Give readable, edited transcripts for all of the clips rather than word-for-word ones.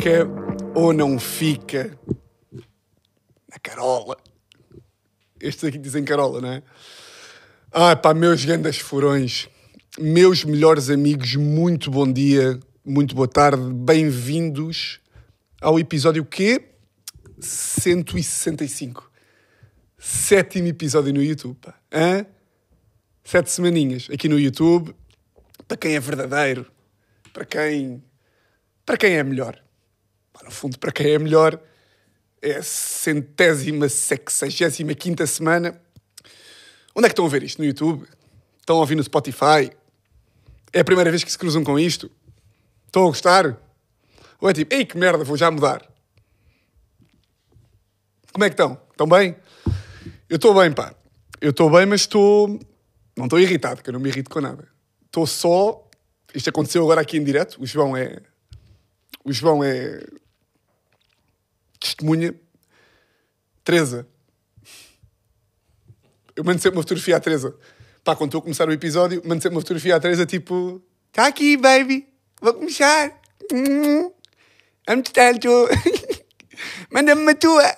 fica ou não fica na Carola. Estes aqui dizem Carola, não é? Ah, pá, meus grandes furões, meus melhores amigos, muito bom dia, muito boa tarde, bem-vindos ao episódio quê? 165. 7º episódio no YouTube, pá. 7 semaninhas aqui no YouTube, para quem é verdadeiro, para quem é melhor. Pá, no fundo, para quem é melhor, é a 165ª semana. Onde é que estão a ver isto? No YouTube? Estão a ouvir no Spotify? É a primeira vez que se cruzam com isto? Estão a gostar? Ou é tipo, ei, que merda, vou já mudar? Como é que estão? Estão bem? Eu estou bem, pá. Eu estou bem, mas estou... Não estou irritado, que eu não me irrito com nada. Estou só... Isto aconteceu agora aqui em direto. O João é testemunha. Teresa. Eu mando sempre uma fotografia à Teresa. Pá, quando estou a começar o episódio, mando sempre uma fotografia à Teresa, tipo... Está aqui, baby. Vou começar. Amo-te tanto. Manda-me uma tua.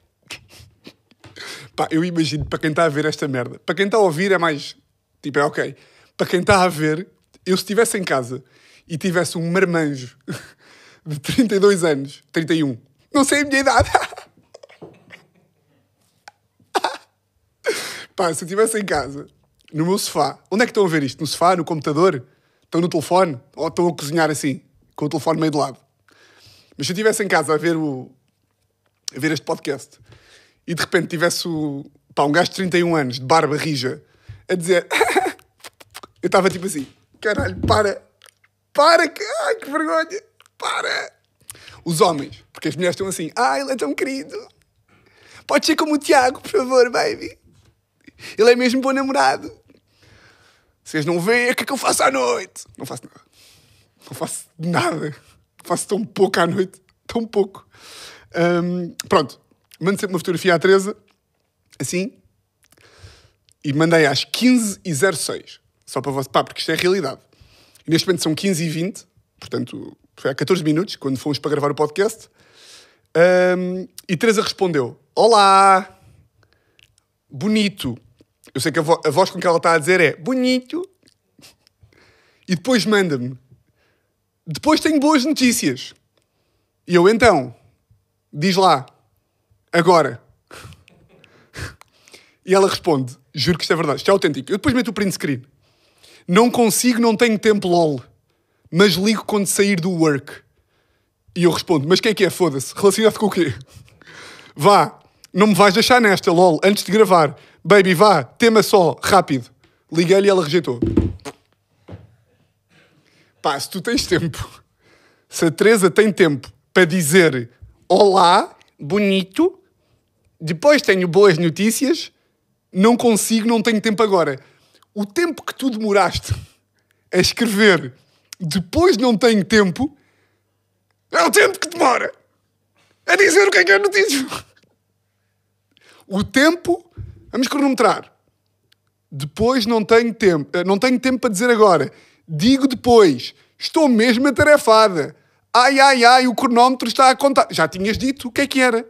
Pá, eu imagino, para quem está a ver esta merda, para quem está a ouvir é mais... Tipo, é ok. Para quem está a ver, eu se estivesse em casa e tivesse um marmanjo de 32 anos, 31, não sei a minha idade. Pá, se eu estivesse em casa, no meu sofá, onde é que estão a ver isto? No sofá, no computador? Estão no telefone? Ou estão a cozinhar assim, com o telefone meio de lado? Mas se eu estivesse em casa a ver este podcast e de repente tivesse um gajo de 31 anos, de barba rija, a dizer... Eu estava tipo assim, caralho, para, ai, que vergonha, para. Os homens, porque as mulheres estão assim, ele é tão querido. Pode ser como o Tiago, por favor, baby. Ele é mesmo bom namorado. Vocês não veem o que é que eu faço à noite. Não faço nada. Não faço nada. Faço tão pouco à noite. Tão pouco. Pronto. Mando sempre uma fotografia à Teresa. Assim. E mandei às 15h06. Só para você. Pá, porque isto é a realidade. E neste momento são 15h20. Portanto, foi há 14 minutos, quando fomos para gravar o podcast. E Teresa respondeu. Olá. Bonito. Eu sei que a voz com que ela está a dizer é bonito. E depois manda-me. Depois tenho boas notícias. E eu, então, diz lá. Agora. E ela responde. Juro que isto é verdade. Isto é autêntico. Eu depois meto o print screen. Não consigo, não tenho tempo, lol. Mas ligo quando sair do work. E eu respondo. Mas quem é? Foda-se. Relacionado com o quê? Vá. Não me vais deixar nesta, lol. Antes de gravar. Baby, vá. Tema só. Rápido. Liguei-lhe e ela rejeitou. Pá, se tu tens tempo. Se a Teresa tem tempo para dizer olá, bonito. Depois tenho boas notícias. Não consigo, não tenho tempo agora. O tempo que tu demoraste a escrever depois não tenho tempo é o tempo que demora a dizer o que é notícia. O tempo, vamos cronometrar. Depois não tenho tempo. Não tenho tempo para dizer agora. Digo depois. Estou mesmo atarefada. Ai, o cronómetro está a contar. Já tinhas dito o que é que era.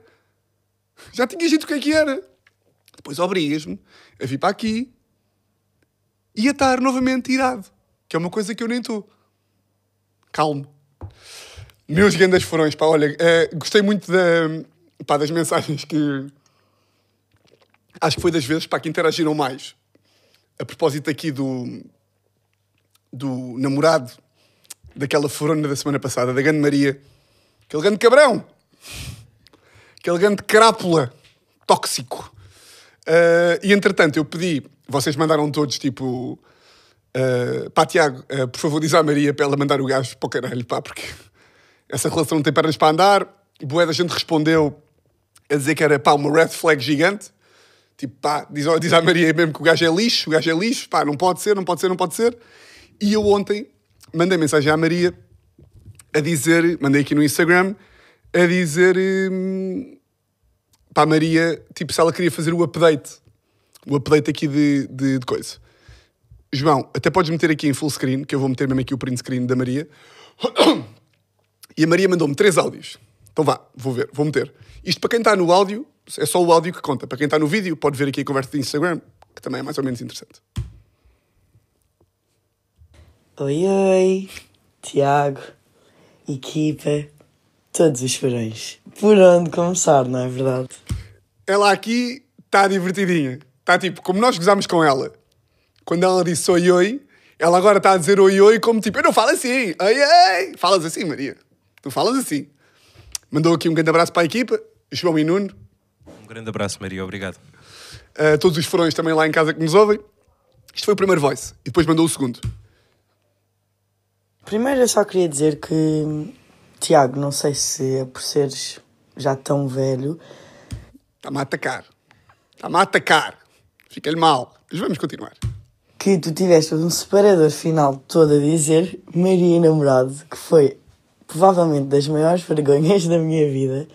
Depois obrigas-me a vir para aqui e a estar novamente irado. Que é uma coisa que eu nem estou. Calmo. Meus grandes furões, pá, olha, gostei muito das mensagens que... Acho que foi das vezes, pá, que interagiram mais. A propósito aqui do namorado daquela furona da semana passada, da grande Maria. Aquele grande cabrão. Aquele grande crápula tóxico. E entretanto eu pedi, vocês mandaram todos tipo pá, Tiago, por favor diz à Maria para ela mandar o gajo para o caralho, pá, porque essa relação não tem pernas para andar. Bué da gente respondeu a dizer que era, pá, uma red flag gigante, tipo, pá, diz à Maria mesmo que o gajo é lixo, pá, não pode ser. E eu ontem mandei mensagem à Maria a dizer, mandei aqui no Instagram a dizer para a Maria, tipo, se ela queria fazer o update aqui de coisa. João, até podes meter aqui em full screen, que eu vou meter mesmo aqui o print screen da Maria. E a Maria mandou-me 3 áudios. Então vá, vou meter. Isto para quem está no áudio, é só o áudio que conta. Para quem está no vídeo, pode ver aqui a conversa de Instagram, que também é mais ou menos interessante. Oi, Tiago, equipa, todos os furões. Por onde começar, não é verdade? Ela aqui está divertidinha. Está tipo, como nós gozámos com ela. Quando ela disse oi, oi, ela agora está a dizer oi, oi, como tipo, eu não falo assim. Oi, oi. Falas assim, Maria. Tu falas assim. Mandou aqui um grande abraço para a equipa, João e Nuno. Um grande abraço, Maria. Obrigado. Todos os furões também lá em casa que nos ouvem. Isto foi o primeiro voice. E depois mandou o segundo. Primeiro eu só queria dizer que, Tiago, não sei se é por seres já tão velho. Está-me a atacar. Está-me a atacar. Fica-lhe mal. Mas vamos continuar. Que tu tiveste um separador final todo a dizer Maria e namorado, que foi provavelmente das maiores vergonhas da minha vida.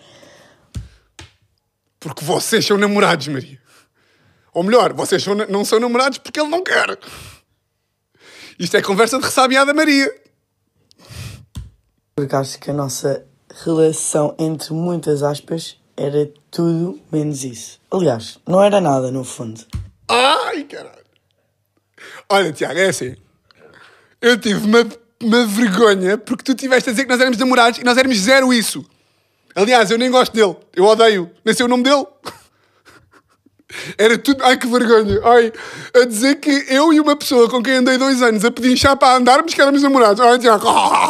Porque vocês são namorados, Maria. Ou melhor, vocês não são namorados porque ele não quer. Isto é conversa de ressabiada Maria. Porque acho que a nossa relação, entre muitas aspas, era tudo menos isso. Aliás, não era nada, no fundo. Ai, caralho. Olha, Tiago, é assim. Eu tive uma vergonha porque tu tiveste a dizer que nós éramos namorados e nós éramos zero isso. Aliás, eu nem gosto dele. Eu odeio. Nem sei o nome dele. Era tudo... Ai, que vergonha. Ai, a dizer que eu e uma pessoa com quem andei 2 anos a pedir chá para andarmos que éramos namorados. Ai, Tiago.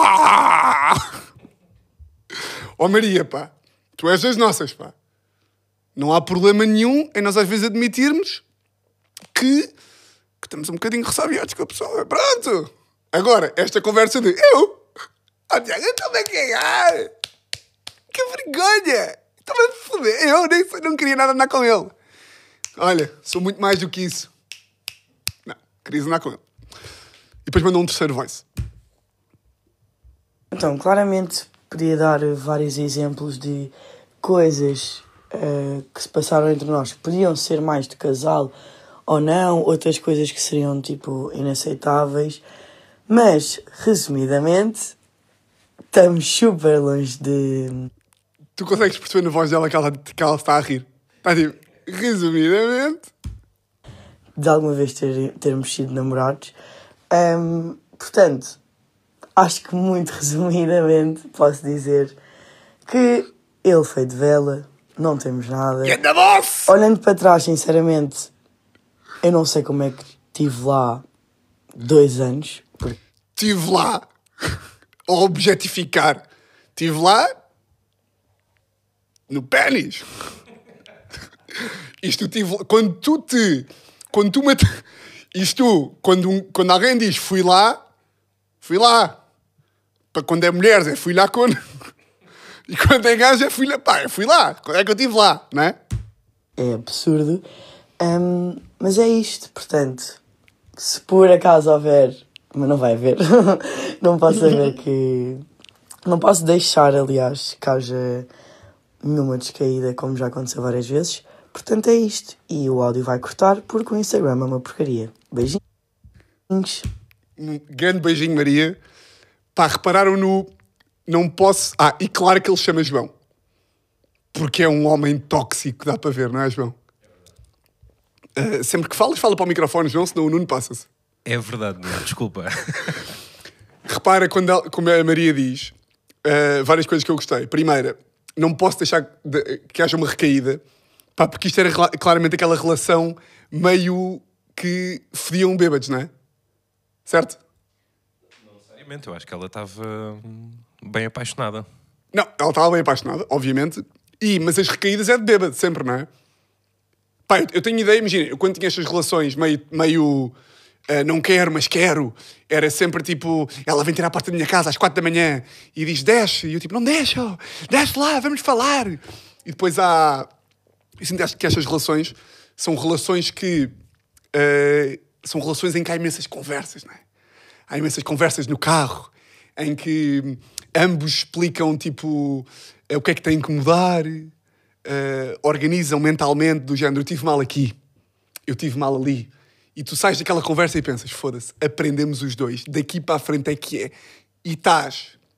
Oh, Maria, pá. Tu és das nossas, pá. Não há problema nenhum em nós às vezes admitirmos que estamos um bocadinho ressabiados com a pessoa. Pronto. Agora, esta conversa de eu... Oh, Tiago, eu estou-me a cagar. Que vergonha. Estava a foder. Eu não queria nada andar com ele. Olha, sou muito mais do que isso. Não, querias andar com ele. E depois mandou um terceiro voice. Então, claramente, podia dar vários exemplos de coisas que se passaram entre nós. Podiam ser mais de casal ou não. Outras coisas que seriam, tipo, inaceitáveis. Mas, resumidamente, estamos super longe de... Tu consegues perceber na voz dela que ela está a rir? Está tipo, resumidamente... de alguma vez termos sido namorados. Portanto, acho que muito resumidamente posso dizer que ele foi de vela, não temos nada. E anda voz! Olhando para trás, sinceramente, eu não sei como é que estive lá 2 anos. Estive lá a objetificar. Estive lá no pênis. Isto tive... Quando alguém diz fui lá. Para quando é mulheres é fui lá quando... E quando é gajo é fui lá. Pá, fui lá. Quando é que eu estive lá, não é? É absurdo. Mas é isto, portanto, se por acaso houver... Mas não vai haver. Não posso haver que... Não posso deixar, aliás, que haja nenhuma descaída, como já aconteceu várias vezes. Portanto, é isto. E o áudio vai cortar porque o Instagram é uma porcaria. Beijinhos. Um grande beijinho, Maria. Pá, repararam no... Não posso... E claro que ele se chama João. Porque é um homem tóxico, dá para ver, não é, João? Sempre que falas, fala para o microfone, João, senão o Nuno passa-se. É verdade, Nuno. Desculpa. Repara como a Maria diz várias coisas que eu gostei. Primeira, não posso deixar que haja uma recaída, pá, porque isto era claramente aquela relação meio que fediam bêbados, não é? Certo? Não necessariamente. Eu acho que ela estava bem apaixonada. Não, ela estava bem apaixonada, obviamente, mas as recaídas é de bêbado, sempre, não é? Pá, eu tenho ideia, imagina, eu quando tinha estas relações meio não quero, mas quero, era sempre tipo, ela vem tirar a porta da minha casa às 4 da manhã e diz, desce, e eu tipo, não desce, desce lá, vamos falar. E depois eu sinto que estas relações são relações são relações em que há imensas conversas, não é? Há imensas conversas no carro, em que ambos explicam, tipo, o que é que têm que mudar, organizam mentalmente, do género, eu tive mal aqui, eu tive mal ali. E tu sais daquela conversa e pensas, foda-se, aprendemos os dois, daqui para a frente é que é. E estás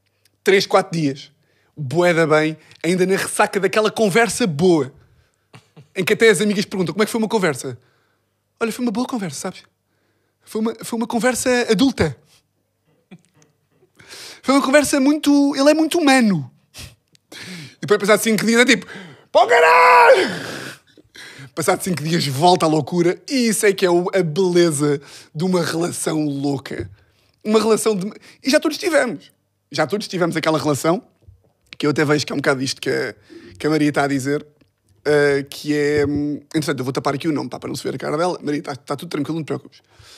3, 4 dias. Bué da bem, ainda na ressaca daquela conversa boa. Em que até as amigas perguntam, como é que foi uma conversa? Olha, foi uma boa conversa, sabes? Foi uma conversa adulta. Foi uma conversa muito... Ele é muito humano. E depois, passado 5 dias, é tipo... Pô, caralho! Passado 5 dias, volta à loucura. E isso é que é a beleza de uma relação louca. Uma relação de... E já todos tivemos. Já todos tivemos aquela relação, que eu até vejo que é um bocado isto que a Maria está a dizer, que é... Entretanto, eu vou tapar aqui o nome, para não se ver a cara dela. Maria, está tudo tranquilo, não te preocupes.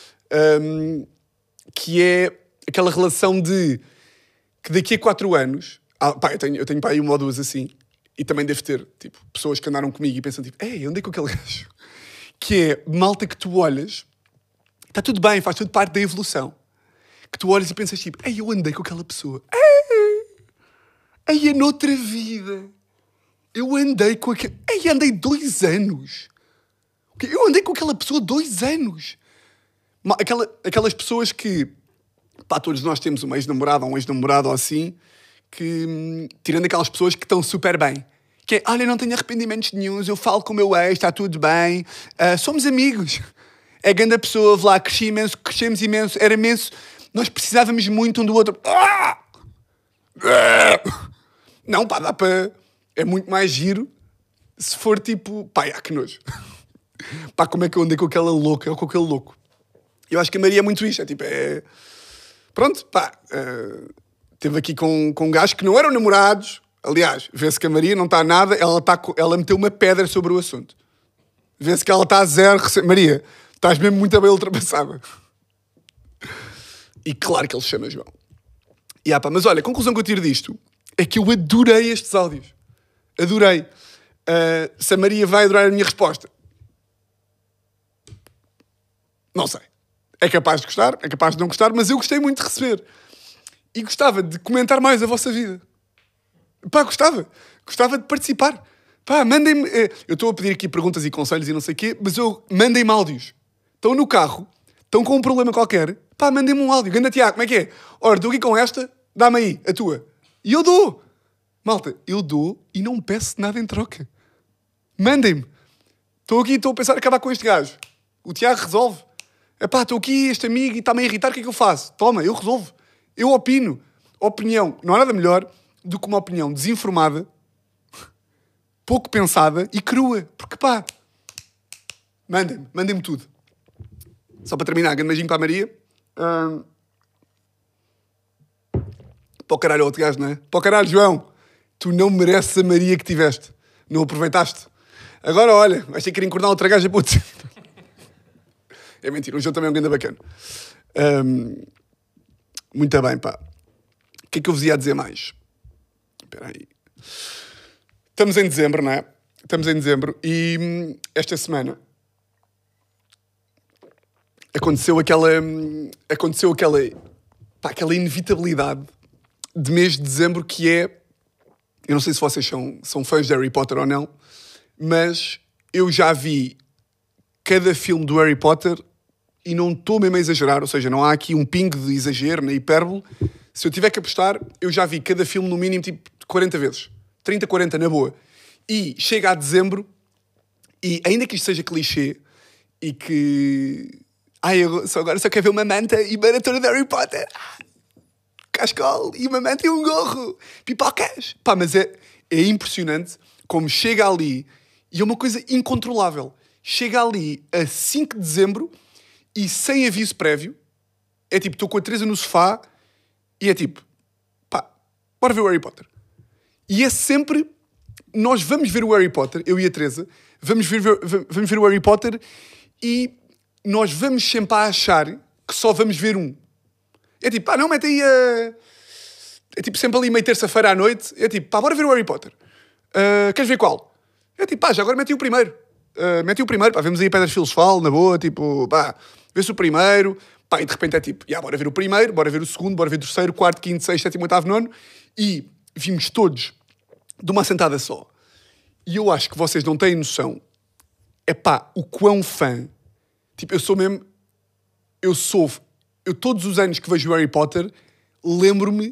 Que é aquela relação de... Que daqui a 4 anos... eu tenho pá, aí uma ou duas assim... E também devo ter, tipo, pessoas que andaram comigo e pensam, tipo, ei, onde é que aquele gajo? Que é malta que tu olhas, está tudo bem, faz tudo parte da evolução. Que tu olhas e pensas, tipo, ei, eu andei com aquela pessoa. Ei, é noutra vida. Eu andei com aquele... Ei, andei 2 anos. Eu andei com aquela pessoa 2 anos. Aquelas pessoas que, pá, todos nós temos uma ex-namorada ou um ex-namorado ou assim... que, tirando aquelas pessoas que estão super bem, que é, olha, não tenho arrependimentos nenhuns, eu falo com o meu ex, está tudo bem, somos amigos, é grande pessoa, lá, crescemos imenso, era imenso, nós precisávamos muito um do outro. Não, pá, dá para... É muito mais giro se for tipo, pá, que nojo. Pá, como é que eu andei com aquela louca ou com aquele louco? Eu acho que a Maria é muito isto, é tipo, pronto, pá... Esteve aqui com um gajo que não eram namorados. Aliás, vê-se que a Maria não está nada. Ela meteu uma pedra sobre o assunto. Vê-se que ela está a 0. Maria, estás mesmo muito bem ultrapassada. E claro que ele se chama João. Pá, mas olha, a conclusão que eu tiro disto é que eu adorei estes áudios. Adorei. Se a Maria vai adorar a minha resposta. Não sei. É capaz de gostar, é capaz de não gostar, mas eu gostei muito de receber. E gostava de comentar mais a vossa vida. Pá, gostava. Gostava de participar. Pá, mandem-me... Eu estou a pedir aqui perguntas e conselhos e não sei o quê, mas mandem-me áudios. Estão no carro, estão com um problema qualquer. Pá, mandem-me um áudio. Ganda Tiago, como é que é? Ora, estou aqui com esta, dá-me aí, a tua. E eu dou. Malta, eu dou e não peço nada em troca. Mandem-me. Estou a pensar em acabar com este gajo. O Tiago resolve. Epá, estou aqui, este amigo, e está-me a irritar, o que é que eu faço? Toma, eu resolvo. Eu opino. Opinião. Não há nada melhor do que uma opinião desinformada, pouco pensada e crua. Porque pá, mandem-me tudo. Só para terminar, grande beijinho para a Maria. Para o caralho outro gajo, não é? Para o caralho, João. Tu não mereces a Maria que tiveste. Não aproveitaste. Agora, olha, vais ter que ir encordar outra gaja, putz. É mentira, o João também é um grande bacana. Muito bem, pá. O que é que eu vos ia dizer mais? Espera aí. Estamos em dezembro, não é? Estamos em dezembro e esta semana aconteceu aquela inevitabilidade de mês de dezembro que é... Eu não sei se vocês são fãs de Harry Potter ou não, mas eu já vi cada filme do Harry Potter e não estou mesmo a exagerar, ou seja, não há aqui um pingo de exagero, na hipérbole. Se eu tiver que apostar, eu já vi cada filme no mínimo tipo 40 vezes. 30, 40, na boa. E chega a dezembro e ainda que isto seja clichê e que... agora só quero ver uma manta e maratona de Harry Potter. Cascol e uma manta e um gorro. Pipocas. Pá, mas é impressionante como chega ali e é uma coisa incontrolável. Chega ali a 5 de dezembro e sem aviso prévio. É tipo, estou com a Teresa no sofá e é tipo, pá, bora ver o Harry Potter. E é sempre... Nós vamos ver o Harry Potter, eu e a Teresa, vamos ver o Harry Potter e nós vamos sempre a achar que só vamos ver um. É tipo, pá, não, mete aí a... É tipo, sempre ali meio terça-feira à noite, é tipo, pá, bora ver o Harry Potter. Queres ver qual? É tipo, pá, já agora mete aí o primeiro. Mete aí o primeiro, pá, vemos aí Pedras Filosofal, na boa, tipo, pá, vê-se o primeiro, pá, e de repente é tipo, bora ver o primeiro, bora ver o segundo, bora ver o terceiro, quarto, quinto, sexto, sétimo, oitavo, nono, e vimos todos de uma sentada só. E eu acho que vocês não têm noção, é pá, o quão fã, tipo, eu todos os anos que vejo o Harry Potter, lembro-me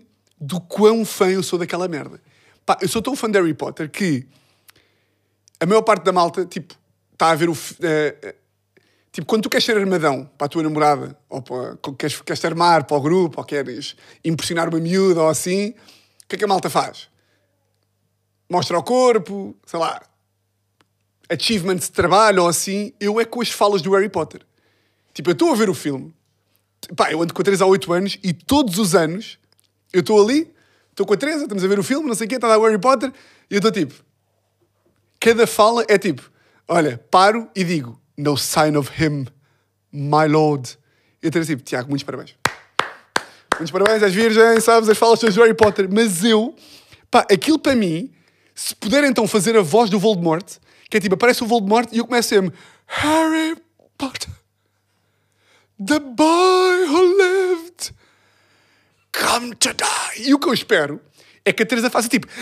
do quão fã eu sou daquela merda. Pá, eu sou tão fã de Harry Potter que a maior parte da malta, tipo, está a ver o... tipo, quando tu queres ser armadão para a tua namorada, ou queres te armar para o grupo, ou queres impressionar uma miúda, ou assim, o que é que a malta faz? Mostra o corpo, sei lá, achievements de trabalho, ou assim. Eu é com as falas do Harry Potter. Tipo, eu estou a ver o filme, pá, eu ando com a Teresa há 8 anos, e todos os anos, eu estou ali, estou com a Teresa, estamos a ver o filme, não sei o quê, está a dar o Harry Potter, e eu estou tipo... Cada fala é tipo... Olha, paro e digo... No sign of him, my lord. E a Teresa tipo... Tiago, muitos parabéns. Muitos parabéns às virgens, sabes? As falas todas do Harry Potter. Mas eu... Pá, aquilo para mim... Se puder então fazer a voz do Voldemort... Que é tipo... Aparece o Voldemort e eu começo sempre... Harry Potter... The boy who lived... Come to die. E o que eu espero... É que a Teresa faça tipo...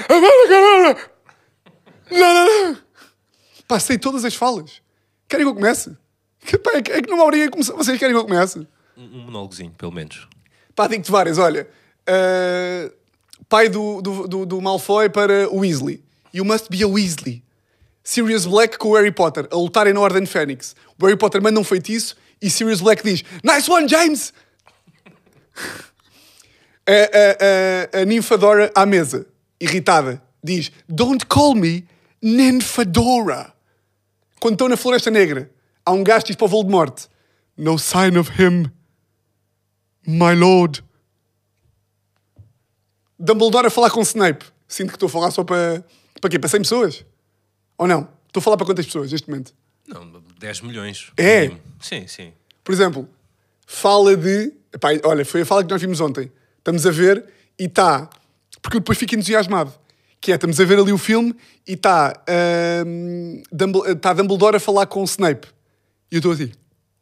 Não. Passei todas as falas. Querem que eu comece? Pá, é que não obriguei a começar. Vocês querem que eu comece? Um monólogozinho, pelo menos. Pá, digo-te várias. Olha, pai do Malfoy para o Weasley. You must be a Weasley. Sirius Black com o Harry Potter a lutarem na Ordem Fênix. O Harry Potter manda um feitiço e Sirius Black diz Nice one, James! A Ninfadora à mesa, irritada, diz Don't call me Ninfadora. Quando estão na Floresta Negra, há um gajo que diz para o Voldemort No sign of him, my lord. Dumbledore a falar com Snape. Sinto que estou a falar só para... Para quê? Para 100 pessoas? Ou não? Estou a falar para quantas pessoas neste momento? Não, 10 milhões. É? Mínimo. Sim. Por exemplo, fala de... Epá, olha, foi a fala que nós vimos ontem. Estamos a ver e está... Porque eu depois fico entusiasmado. Que é, estamos a ver ali o filme e está Dumbledore a falar com o Snape. E eu estou assim.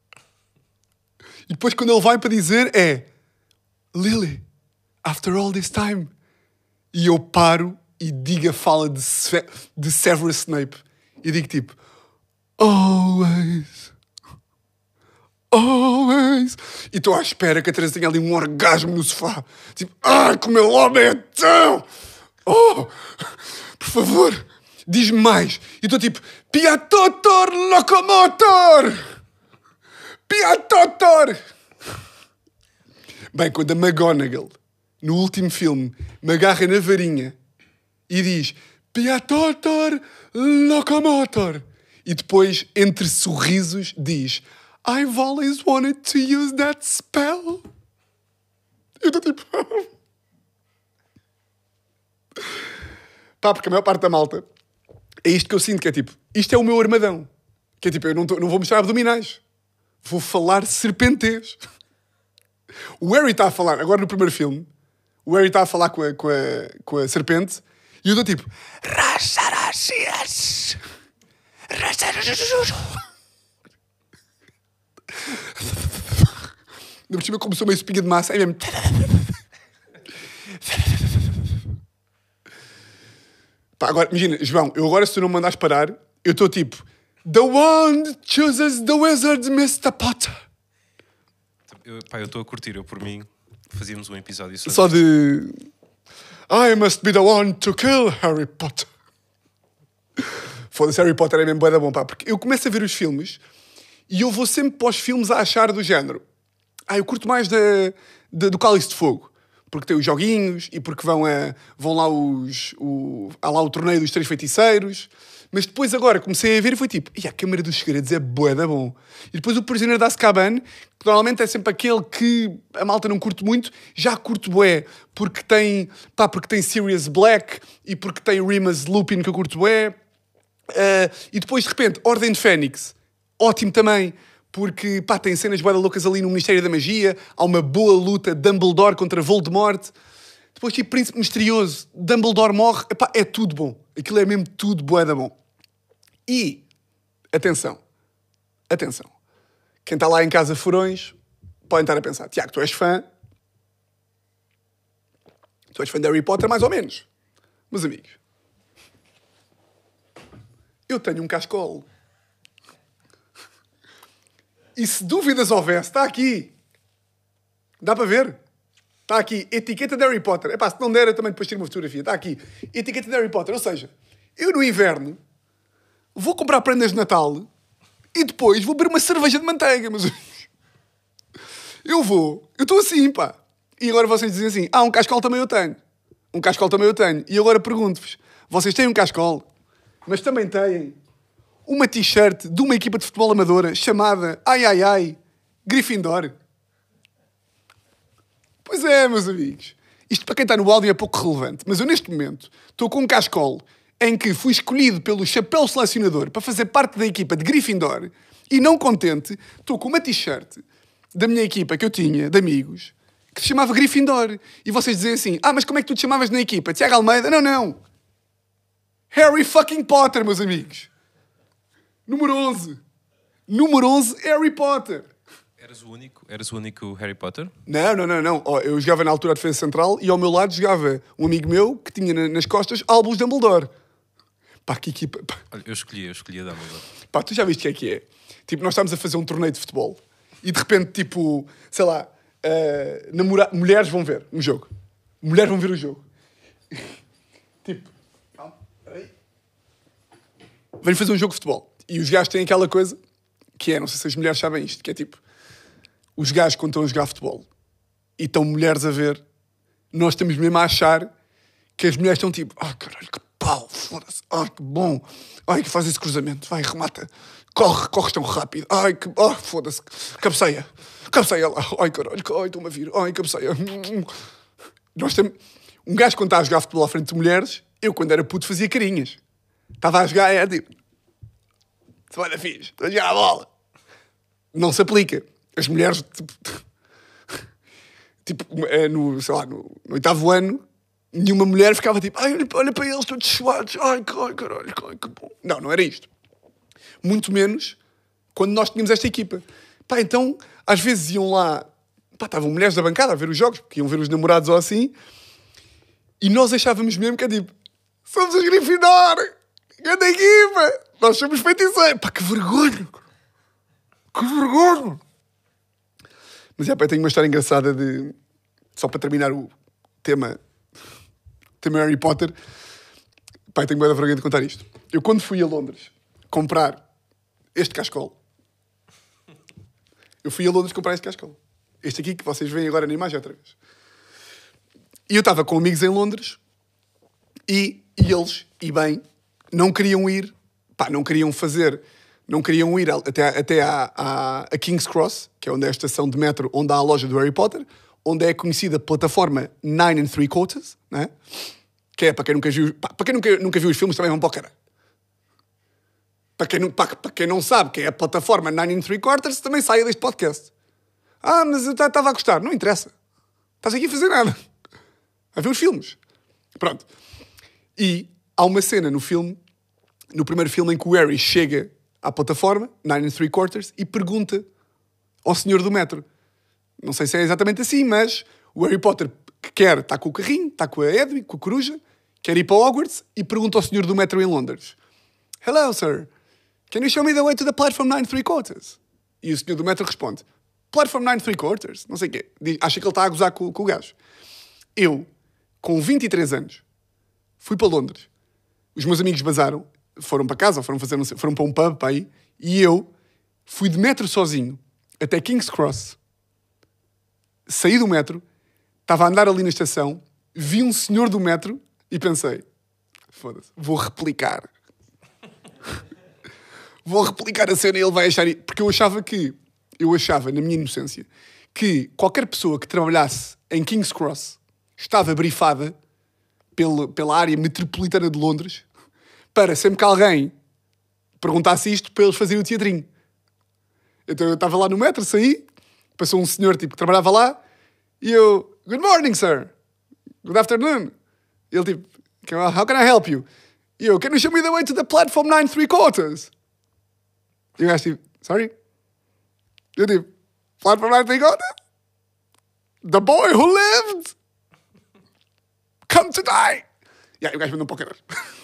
E depois quando ele vai para dizer é Lily, after all this time. E eu paro e digo a fala de Severus Snape. E digo tipo Always. E estou à espera que a Teresa tenha ali um orgasmo no sofá. Tipo, como meu homem é tão... Oh, por favor, diz-me mais. E estou tipo, Piatotor Locomotor! Piatotor! Bem, quando a McGonagall, no último filme, me agarra na varinha e diz, Piatotor Locomotor! E depois, entre sorrisos, diz, I've always wanted to use that spell. Eu estou tipo... Pá, porque a maior parte da malta é isto que eu sinto, que é tipo, isto é o meu armadão. Que é tipo, eu não vou mostrar abdominais. Vou falar serpentez. O Harry está a falar, agora no primeiro filme, o Harry está a falar com a serpente e eu estou tipo... Ainda por cima começou uma espinha de massa, aí mesmo... Pá, agora, imagina, João, eu agora se tu não me mandares parar, eu estou tipo... The wand chooses the wizard, Mr. Potter. Eu estou a curtir, eu por mim fazíamos um episódio só de... I must be the one to kill Harry Potter. Foda-se, Harry Potter é mesmo bué da bom, pá. Porque eu começo a ver os filmes e eu vou sempre para os filmes a achar do género. Eu curto mais do Cálice de Fogo. Porque tem os joguinhos e porque vão lá há lá o torneio dos 3 feiticeiros. Mas depois agora comecei a ver e foi tipo, a Câmara dos Segredos é bué da bom. E depois o Prisioneiro de Azkaban, que normalmente é sempre aquele que a malta não curte muito, já curto bué. Porque tem Sirius Black e porque tem Remus Lupin que eu curto bué. E depois de repente, Ordem de Fênix, ótimo também. Porque, tem cenas bué da loucas ali no Ministério da Magia. Há uma boa luta Dumbledore contra Voldemort. Depois, tipo, Príncipe Misterioso. Dumbledore morre. É tudo bom. Aquilo é mesmo tudo bué da bom. E, atenção. Quem está lá em casa furões, podem estar a pensar. Tiago, tu és fã de Harry Potter, mais ou menos. Meus amigos. Eu tenho um cascolo. E se dúvidas houvesse, está aqui. Dá para ver. Está aqui, etiqueta de Harry Potter. Epá, se não der, eu também depois tiro uma fotografia. Está aqui, etiqueta de Harry Potter. Ou seja, eu no inverno vou comprar prendas de Natal e depois vou beber uma cerveja de manteiga, mas eu estou assim, pá. E agora vocês dizem assim, um cascol também eu tenho. Um cascol também eu tenho. E agora pergunto-vos, vocês têm um cascol, mas também têm uma t-shirt de uma equipa de futebol amadora chamada Gryffindor? Pois é, meus amigos. Isto para quem está no áudio é pouco relevante, mas eu neste momento estou com um cascol em que fui escolhido pelo chapéu selecionador para fazer parte da equipa de Gryffindor e não contente, estou com uma t-shirt da minha equipa que eu tinha, de amigos, que se chamava Gryffindor. E vocês dizem assim, mas como é que tu te chamavas na equipa? Tiago Almeida? Não. Harry fucking Potter, meus amigos. Número 11. Número 11, Harry Potter. Eras o único Harry Potter? Não. Eu jogava na altura a defesa central e ao meu lado jogava um amigo meu que tinha nas costas Albus Dumbledore. Pá, que equipa. Pá. Olha, eu escolhi a Dumbledore. Pá, tu já viste o que é? Tipo, nós estávamos a fazer um torneio de futebol e de repente, tipo, sei lá, mulheres vão ver um jogo. Mulheres vão ver o jogo. Tipo, calma, peraí. Vem fazer um jogo de futebol. E os gajos têm aquela coisa que é, não sei se as mulheres sabem isto, que é tipo, os gajos quando estão a jogar futebol e estão mulheres a ver, nós estamos mesmo a achar que as mulheres estão tipo, caralho, que pau, foda-se, que bom, que faz esse cruzamento, vai, remata, corre tão rápido, foda-se, cabeceia lá, caralho, estou-me a vir, cabeceia. Nós temos, um gajo quando está a jogar futebol à frente de mulheres, eu quando era puto fazia carinhas, estava a jogar, era tipo, olha fixe, estou a jogar a bola. Não se aplica. As mulheres, no 8º ano, nenhuma mulher ficava tipo, olha para eles todos suados, caralho, que bom. Não era isto. Muito menos quando nós tínhamos esta equipa. Pá, então, às vezes iam lá, estavam mulheres da bancada a ver os jogos, porque iam ver os namorados ou assim, e nós achávamos mesmo que é tipo, somos os Gryffindor, grande equipa, nós somos feiticeiros. Pá, que vergonha. Que vergonha. Mas eu tenho uma história engraçada de... Só para terminar o tema Harry Potter. Pai, tenho muita vergonha de contar isto. Eu, quando fui a Londres comprar este cascol... Eu fui a Londres comprar este cascol. Este aqui que vocês veem agora na imagem outra vez. E eu estava com amigos em Londres e eles, e bem, não queriam ir... não queriam fazer... Não queriam ir até a King's Cross, que é onde é a estação de metro, onde há a loja do Harry Potter, onde é conhecida a plataforma 9 3/4, né? Que é, para quem nunca viu... Para quem nunca viu os filmes, também vão para o caralho. Para quem não sabe que é a plataforma 9 3/4, também saia deste podcast. Mas eu estava a gostar. Não interessa. Estás aqui a fazer nada. A ver os filmes. Pronto. E há uma cena no filme, no primeiro filme, em que o Harry chega à plataforma, 9 3/4, e pergunta ao senhor do metro. Não sei se é exatamente assim, mas o Harry Potter que está com o carrinho, está com a Edwin, com a coruja, quer ir para Hogwarts e pergunta ao senhor do metro em Londres. Hello, sir. Can you show me the way to the platform 9 3/4? E o senhor do metro responde, platform 9 3/4? Não sei o quê. Acha que ele está a gozar com o gajo. Eu, com 23 anos, fui para Londres. Os meus amigos bazaram, foram para casa, foram para um pub para aí, e eu fui de metro sozinho até King's Cross, saí do metro, estava a andar ali na estação, vi um senhor do metro e pensei, foda-se, vou replicar a cena e ele vai achar... Porque eu achava, na minha inocência, que qualquer pessoa que trabalhasse em King's Cross estava brifada pela área metropolitana de Londres para sempre que alguém perguntasse isto, para eles fazerem o teatrinho. Então eu estava lá no metro, saí, passou um senhor que trabalhava lá, e eu, good morning, sir. Good afternoon. E ele how can I help you? E eu, can you show me the way to the platform 9 3/4? E o gajo sorry? Eu platform 9 3/4? The boy who lived come to die. E o gajo mandou-me para o caralho.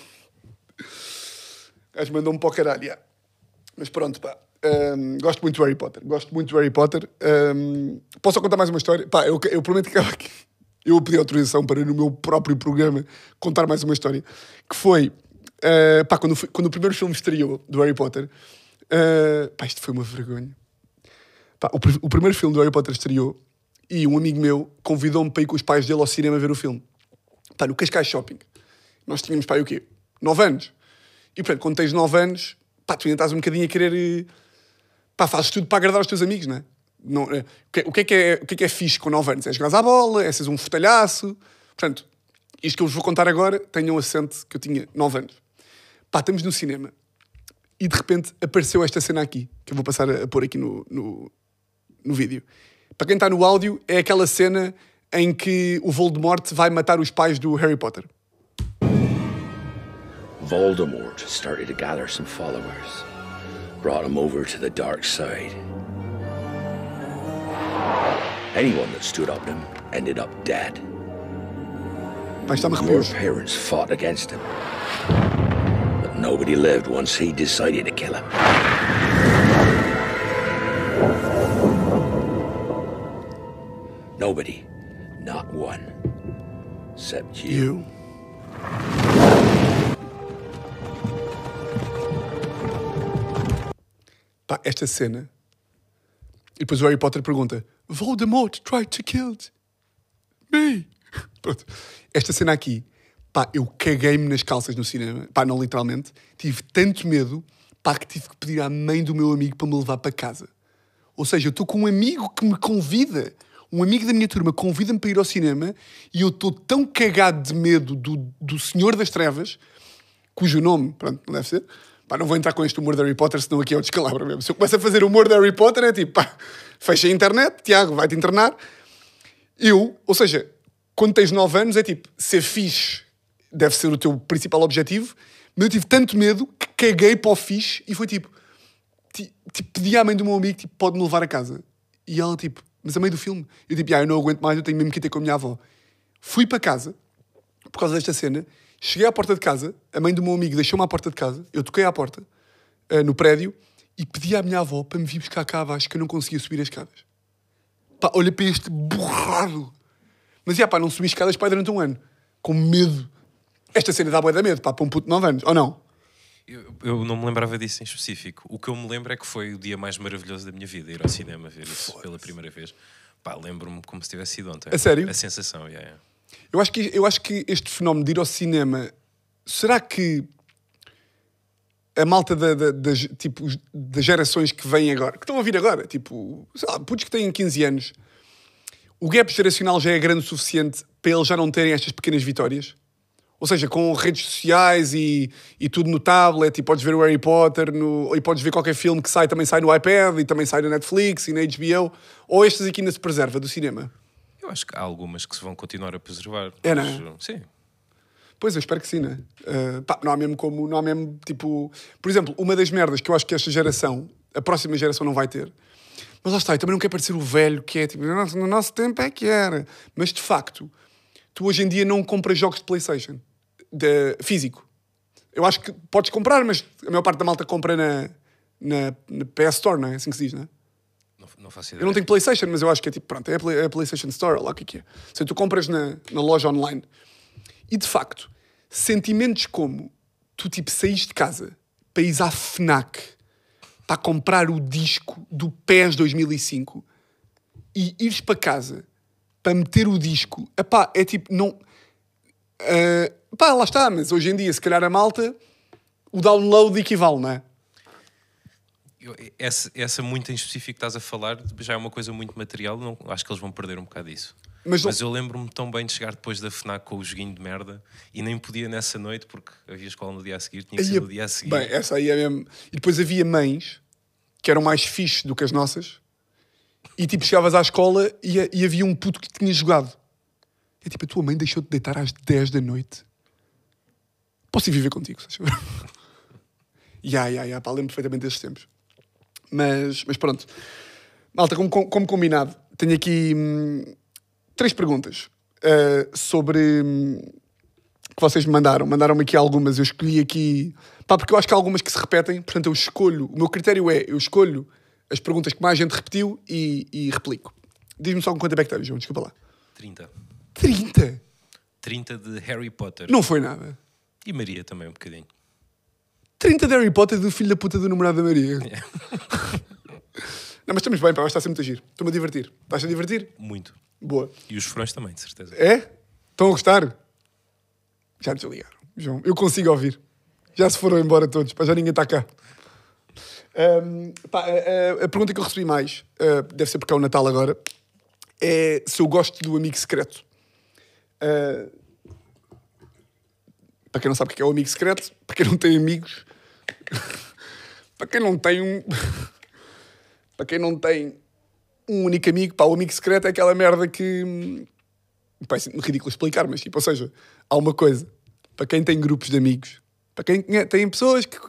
O gajo mandou-me para o caralho, yeah. Mas pronto, pá. Gosto muito do Harry Potter. Posso só contar mais uma história? Pá, eu prometo que acaba aqui. eu pedi autorização para, no meu próprio programa, contar mais uma história. Que foi, quando o primeiro filme estreou, do Harry Potter, isto foi uma vergonha. Pá, o primeiro filme do Harry Potter estreou e um amigo meu convidou-me para ir com os pais dele ao cinema ver o filme. Pá, no Cascais Shopping. Nós tínhamos, pá, o quê? 9 anos. E, portanto, quando tens 9 anos, pá, tu ainda estás um bocadinho a querer... Pá, fazes tudo para agradar os teus amigos, não é? Não, o que é que é fixe com 9 anos? É jogar à bola, é seres um fortalhaço. Portanto, isto que eu vos vou contar agora, tenham assente que eu tinha 9 anos. Pá, estamos no cinema e de repente apareceu esta cena aqui, que eu vou passar a pôr aqui no vídeo. Para quem está no áudio, é aquela cena em que o Voldemort vai matar os pais do Harry Potter. Voldemort started to gather some followers, brought him over to the dark side. Anyone that stood up to him ended up dead. Pá, está-me Your arrepios. parents fought against him, but nobody lived once he decided to kill him. Nobody, not one, except you. Pá, esta cena. E depois o Harry Potter pergunta: Voldemort tried to kill me. Pronto. Esta cena aqui, pá, eu caguei-me nas calças no cinema. Pá, não literalmente. Tive tanto medo, pá, que tive que pedir à mãe do meu amigo para me levar para casa. Ou seja, eu estou com um amigo que me convida. Um amigo da minha turma convida-me para ir ao cinema e eu estou tão cagado de medo do Senhor das Trevas, cujo nome, pronto, não deve ser. Pá, não vou entrar com este humor de Harry Potter, senão aqui é o descalabro mesmo. Se eu começo a fazer humor de Harry Potter, é tipo, pá, fecha a internet, Tiago, vai-te internar. Ou seja, quando tens 9 anos, é tipo, ser fixe deve ser o teu principal objetivo, mas eu tive tanto medo que caguei para o fixe e foi tipo pedi à mãe do meu amigo, tipo, pode-me levar a casa. E ela, tipo, mas a meio do filme. Eu, tipo, eu não aguento mais, eu tenho mesmo que ir ter com a minha avó. Fui para casa, por causa desta cena, cheguei à porta de casa, a mãe do meu amigo deixou-me à porta de casa, eu toquei à porta, no prédio, e pedi à minha avó para me vir buscar cá abaixo, que eu não conseguia subir as escadas. Pá, olha para este borrado. Mas, pá, não subi escadas, pá, durante um ano. Com medo. Esta cena dá bué da medo, pá, para um puto de 9 anos, ou não? Eu não me lembrava disso em específico. O que eu me lembro é que foi o dia mais maravilhoso da minha vida, ir ao cinema ver isso pela primeira vez. Pá, lembro-me como se tivesse sido ontem. A sério? A sensação, yeah. Eu acho que este fenómeno de ir ao cinema, será que a malta das gerações que vêm agora, que estão a vir agora, tipo, sei lá, putos que têm 15 anos, o gap geracional já é grande o suficiente para eles já não terem estas pequenas vitórias? Ou seja, com redes sociais e tudo no tablet, e podes ver o Harry Potter, e podes ver qualquer filme que sai, também sai no iPad, e também sai na Netflix e na HBO, ou estas aqui ainda se preserva do cinema? Eu acho que há algumas que se vão continuar a preservar. É, mas, não é? sim. Pois, eu espero que sim, né? Pá, não há mesmo, tipo... Por exemplo, uma das merdas que eu acho que esta geração, a próxima geração não vai ter, mas lá está, eu também não quero parecer o velho que é, tipo, no nosso tempo é que era. Mas, de facto, tu hoje em dia não compras jogos de PlayStation, físico. Eu acho que podes comprar, mas a maior parte da malta compra na PS Store, não é? Assim que se diz, não é? Não faço ideia. Eu não tenho PlayStation, mas eu acho que é tipo, pronto, é a PlayStation Store, lá o que é. Ou seja, tu compras na loja online. E, de facto, sentimentos como tu, tipo, saíste de casa para ires à FNAC para comprar o disco do PES 2005 e ires para casa para meter o disco, epá, é tipo, não... pá, lá está, mas hoje em dia, se calhar a malta, o download equivale, não é? Essa muito em específico que estás a falar já é uma coisa muito material, não, acho que eles vão perder um bocado isso. Mas eu lembro-me tão bem de chegar depois da FNAC com o joguinho de merda e nem podia nessa noite porque havia escola no dia a seguir, tinha que ser no dia a seguir. Bem, essa aí é mesmo... E depois havia mães que eram mais fixe do que as nossas e tipo chegavas à escola e havia um puto que tinha jogado. É tipo, a tua mãe deixou-te deitar às 10 da noite. Posso ir viver contigo, se achas? Pá, lembro perfeitamente desses tempos. Mas pronto. Malta, como combinado, tenho aqui 3 perguntas sobre que vocês me mandaram. Mandaram-me aqui algumas, eu escolhi aqui... Pá, porque eu acho que há algumas que se repetem, portanto eu escolho... O meu critério é, eu escolho as perguntas que mais gente repetiu e replico. Diz-me só com quanto é que está, João, desculpa lá. 30. 30? 30 de Harry Potter. Não foi nada. E Maria também um bocadinho. 30 de Harry Potter do filho da puta do namorado da Maria. Não, mas estamos bem, pá, vai estar sempre a giro. Estou-me a divertir. Estás a divertir? Muito. Boa. E os furões também, de certeza. É? Estão a gostar? Já me desligaram, João. Eu consigo ouvir. Já se foram embora todos, pá, já ninguém está cá. A pergunta que eu recebi mais, deve ser porque é o Natal agora, é se eu gosto do amigo secreto. Para quem não sabe o que é o amigo secreto, para quem não tem amigos, para quem não tem para quem não tem um único amigo, pá, o amigo secreto é aquela merda que parece ridículo explicar, mas tipo, ou seja, há uma coisa, para quem tem grupos de amigos, para quem tem pessoas que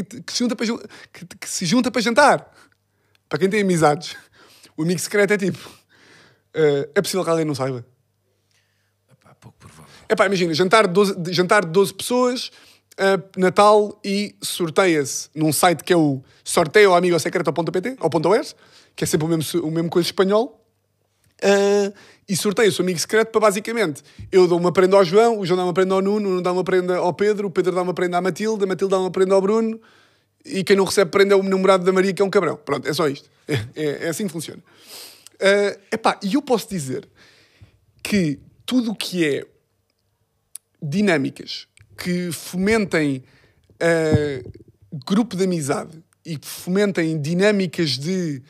se junta para jantar, para quem tem amizades, o amigo secreto é tipo, é possível que alguém não saiba. Epá, pouco provável. Epá, imagina, jantar de 12 pessoas, Natal, e sorteia-se num site que é o sorteioamigosecreto.pt, ou .es, que é sempre o mesmo coisa espanhol, e sorteia-se o amigo secreto para basicamente, eu dou uma prenda ao João, o João dá uma prenda ao Nuno, o Nuno dá uma prenda ao Pedro, o Pedro dá uma prenda à Matilde, a Matilde dá uma prenda ao Bruno, e quem não recebe prenda é o namorado da Maria, que é um cabrão. Pronto, é só isto. É assim que funciona. E eu posso dizer que tudo o que é dinâmicas que fomentem grupo de amizade e que fomentem dinâmicas de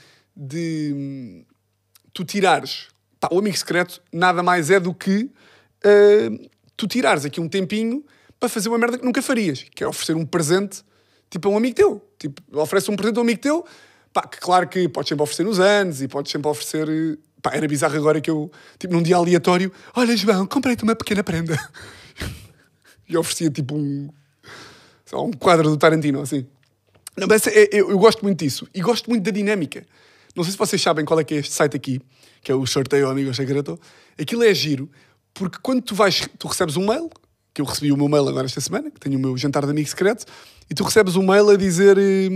tu tirares... Pá, o amigo secreto nada mais é do que tu tirares aqui um tempinho para fazer uma merda que nunca farias, que é oferecer um presente tipo a um amigo teu. Tipo, oferece um presente a um amigo teu, pá, que claro que podes sempre oferecer nos anos e podes sempre oferecer... Pá, era bizarro agora que eu, tipo, num dia aleatório, olha, João, comprei-te uma pequena prenda. E oferecia tipo um quadro do Tarantino, assim. Não, mas eu gosto muito disso. E gosto muito da dinâmica. Não sei se vocês sabem qual é que é este site aqui, que é o Sorteio Amigos Secreto. Aquilo é giro, porque quando tu recebes um mail, que eu recebi o meu mail agora esta semana, que tenho o meu jantar de amigo secreto, e tu recebes um mail a dizer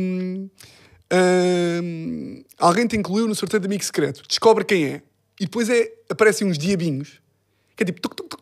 alguém te incluiu no sorteio de amigo secreto. Descobre quem é. E depois aparecem uns diabinhos, que é tipo...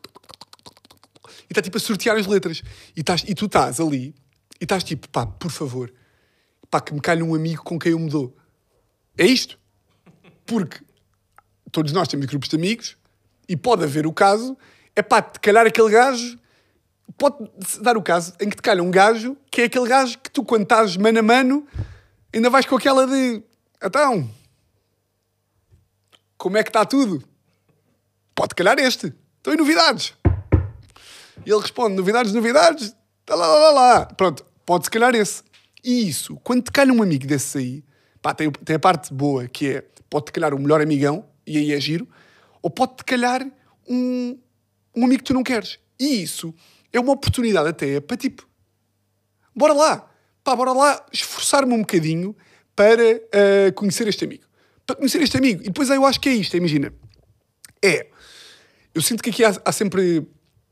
E está tipo a sortear as letras. E tu estás ali e estás tipo, pá, por favor, pá, que me calhe um amigo com quem eu me dou. É isto. Porque todos nós temos grupos de amigos e pode haver o caso, é pá, te calhar aquele gajo, pode dar o caso em que te calha um gajo que é aquele gajo que tu, quando estás mano a mano, ainda vais com aquela de, então, como é que está tudo? Pode calhar este. Estão em novidades. E ele responde, novidades, lá. Pronto, pode-se calhar esse. E isso, quando te calha um amigo desses aí, pá, tem a parte boa, que é, pode-te calhar o melhor amigão, e aí é giro, ou pode-te calhar um amigo que tu não queres. E isso é uma oportunidade até para, tipo, bora lá, esforçar-me um bocadinho para conhecer este amigo. Para conhecer este amigo. E depois eu acho que é isto, imagina. Eu sinto que aqui há sempre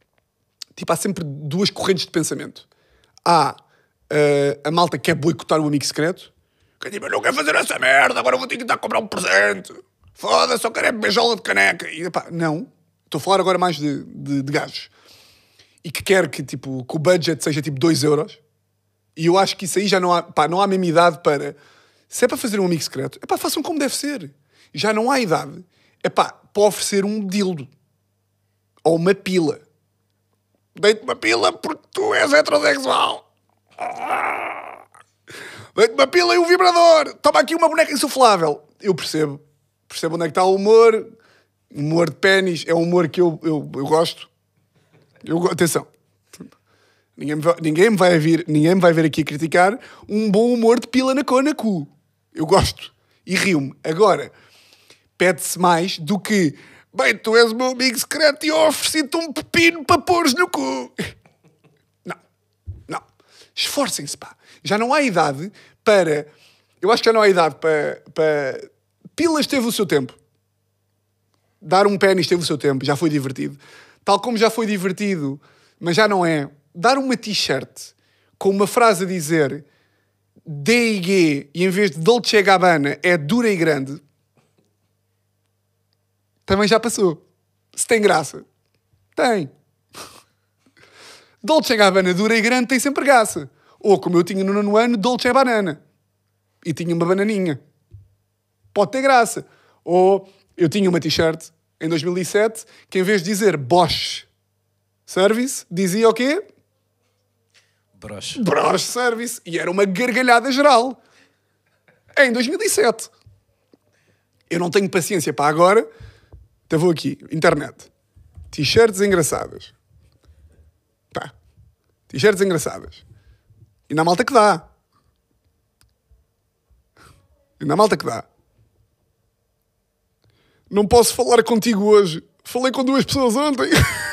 duas correntes de pensamento. Há a malta que quer boicotar o amigo secreto, que diz, não quero fazer essa merda, agora vou ter que ir a comprar um presente. Foda-se, só quero beijola de caneca. E pá, não. Estou a falar agora mais de gajos. E que quer que, tipo, que o budget seja tipo 2 euros. E eu acho que isso aí já não há, pá, não há mesma idade para... Se é para fazer um amigo secreto, é pá, façam como deve ser. Já não há idade, é pá, para oferecer um dildo. Ou uma pila. Dei-te uma pila porque tu és heterossexual. Dei-te uma pila e um vibrador. Toma aqui uma boneca insuflável. Eu percebo. Percebo onde é que está o humor. Humor de pénis é um humor que eu gosto. Atenção. Ninguém me vai ver aqui a criticar um bom humor de pila na cu. Eu gosto. E rio-me. Agora, pede-se mais do que... Bem, tu és o meu amigo secreto e eu ofereci-te um pepino para pôres no cu. Não. Esforcem-se, pá. Já não há idade para... Eu acho que já não há idade para... Pilas teve o seu tempo. Dar um pênis teve o seu tempo. Já foi divertido. Tal como já foi divertido, mas já não é. Dar uma t-shirt com uma frase a dizer D&G e em vez de Dolce & Gabbana é dura e grande... Também já passou. Se tem graça. Tem. Dolce & Gabbana dura e grande tem sempre graça. Ou, como eu tinha no 9º ano, Dolce & Banana. E tinha uma bananinha. Pode ter graça. Ou, eu tinha uma t-shirt em 2007 que em vez de dizer Bosch Service, dizia o quê? Broche Service. E era uma gargalhada geral. Em 2007. Eu não tenho paciência para agora. Então vou aqui. Internet. T-shirts engraçadas. Pá. T-shirts engraçadas. E na malta que dá. Não posso falar contigo hoje. Falei com 2 pessoas ontem.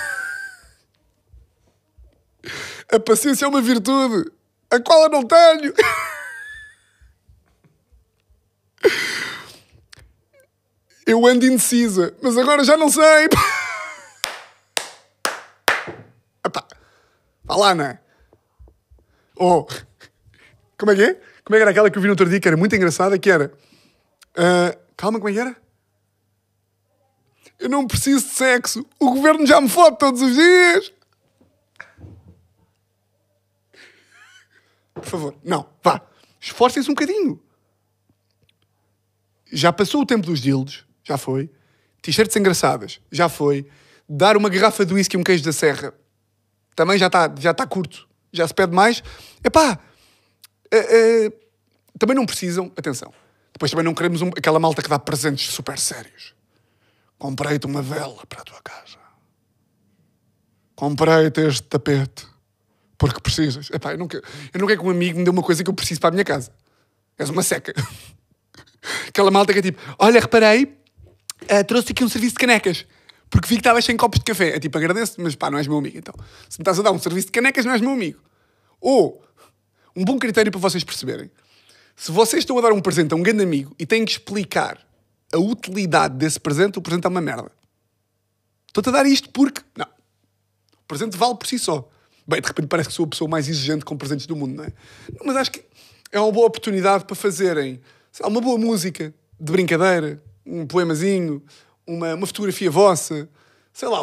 A paciência é uma virtude, a qual eu não tenho. Eu ando indecisa, mas agora já não sei. Epá, vá lá, não é? Oh, como é que é? Como é que era aquela que eu vi no outro dia, que era muito engraçada, que era... calma, como é que era? Eu não preciso de sexo. O governo já me fode todos os dias. Por favor, não, vá. Esforcem-se um bocadinho. Já passou o tempo dos dildos. Já foi. T-shirts engraçadas. Já foi. Dar uma garrafa de whisky e um queijo da serra. Também já está curto. Já se pede mais. Epá. Também não precisam. Atenção. Depois também não queremos aquela malta que dá presentes super sérios. Comprei-te uma vela para a tua casa. Comprei-te este tapete. Porque precisas. Epá, eu não quero que um amigo me dê uma coisa que eu preciso para a minha casa. És uma seca. Aquela malta que é tipo, olha, reparei, trouxe aqui um serviço de canecas. Porque vi que estavas sem copos de café. É tipo, agradeço-te, mas pá, não és meu amigo. Então, se me estás a dar um serviço de canecas, não és meu amigo. Ou, um bom critério para vocês perceberem. Se vocês estão a dar um presente a um grande amigo e têm que explicar a utilidade desse presente, o presente é uma merda. Estou-te a dar isto porque... Não. O presente vale por si só. Bem, de repente parece que sou a pessoa mais exigente com presentes do mundo, não é? Não, mas acho que é uma boa oportunidade para fazerem, sei lá, uma boa música de brincadeira, um poemazinho, uma fotografia vossa, sei lá,